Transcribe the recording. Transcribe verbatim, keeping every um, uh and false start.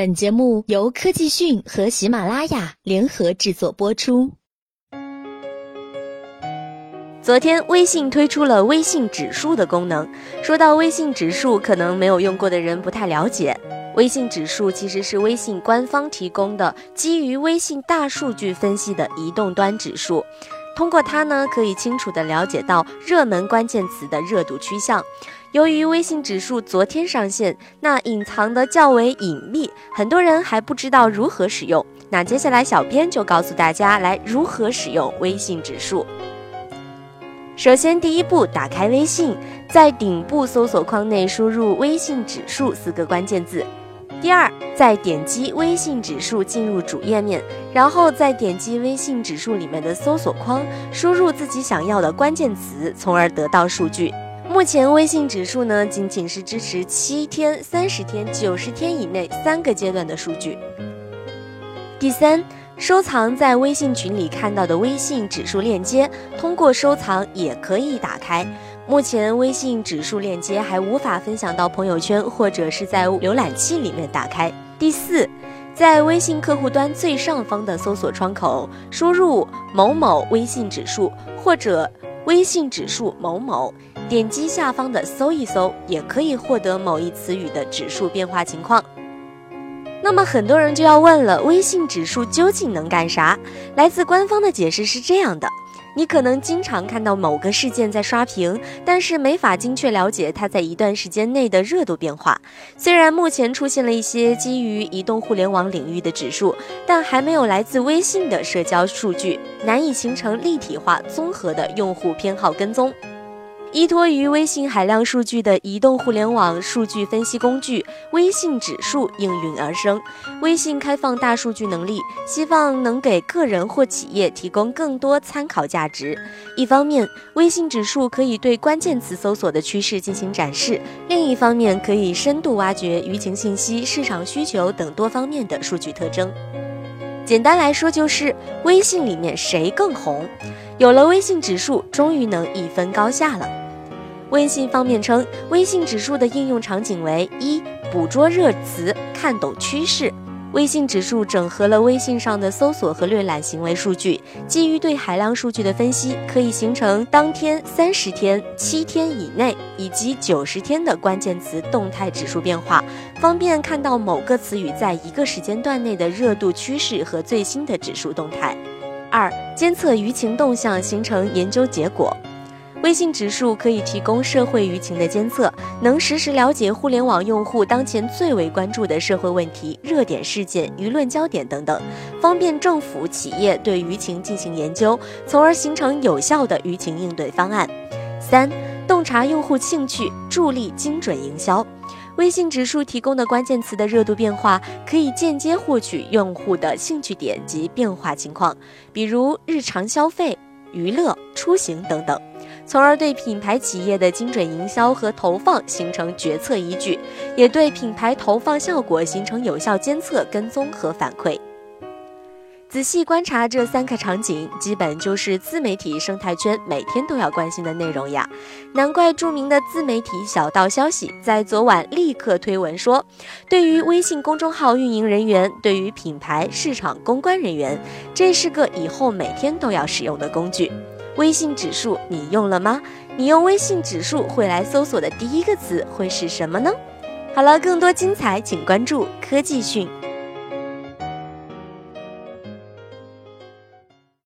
本节目由科技讯和喜马拉雅联合制作播出。 昨天微信推出了微信指数的功能。说到微信指数，可能没有用过的人不太了解。微信指数其实是微信官方提供的基于微信大数据分析的移动端指数。通过它呢，可以清楚地了解到热门关键词的热度趋向。由于微信指数昨天上线，那隐藏的较为隐秘，很多人还不知道如何使用。那接下来小编就告诉大家来如何使用微信指数。首先，第一步，打开微信，在顶部搜索框内输入微信指数四个关键字。第二，再点击微信指数进入主页面，然后再点击微信指数里面的搜索框，输入自己想要的关键词，从而得到数据。目前微信指数呢，仅仅是支持七天、三十天、九十天以内三个阶段的数据。第三，收藏在微信群里看到的微信指数链接，通过收藏也可以打开。目前微信指数链接还无法分享到朋友圈或者是在浏览器里面打开。第四，在微信客户端最上方的搜索窗口输入某某微信指数或者微信指数某某，点击下方的搜一搜，也可以获得某一词语的指数变化情况。那么很多人就要问了，微信指数究竟能干啥？来自官方的解释是这样的，你可能经常看到某个事件在刷屏，但是没法精确了解它在一段时间内的热度变化。虽然目前出现了一些基于移动互联网领域的指数，但还没有来自微信的社交数据，难以形成立体化综合的用户偏好跟踪。依托于微信海量数据的移动互联网数据分析工具微信指数应运而生。微信开放大数据能力，希望能给个人或企业提供更多参考价值。一方面，微信指数可以对关键词搜索的趋势进行展示；另一方面，可以深度挖掘舆情信息、市场需求等多方面的数据特征。简单来说，就是微信里面谁更红？有了微信指数，终于能一分高下了。微信方面称，微信指数的应用场景为：一、捕捉热词，看懂趋势。微信指数整合了微信上的搜索和浏览行为数据，基于对海量数据的分析，可以形成当天、三十天、七天以内以及九十天的关键词动态指数变化，方便看到某个词语在一个时间段内的热度趋势和最新的指数动态。二、监测舆情动向，形成研究结果。微信指数可以提供社会舆情的监测，能实时了解互联网用户当前最为关注的社会问题、热点事件、舆论焦点等等，方便政府、企业对舆情进行研究，从而形成有效的舆情应对方案。三、洞察用户兴趣，助力精准营销。微信指数提供的关键词的热度变化，可以间接获取用户的兴趣点及变化情况，比如日常消费、娱乐、出行等等，从而对品牌企业的精准营销和投放形成决策依据，也对品牌投放效果形成有效监测、跟踪和反馈。仔细观察这三个场景，基本就是自媒体生态圈每天都要关心的内容呀。难怪著名的自媒体小道消息在昨晚立刻推文说，对于微信公众号运营人员，对于品牌市场公关人员，这是个以后每天都要使用的工具。微信指数你用了吗？你用微信指数会来搜索的第一个词会是什么呢？好了，更多精彩请关注科技讯。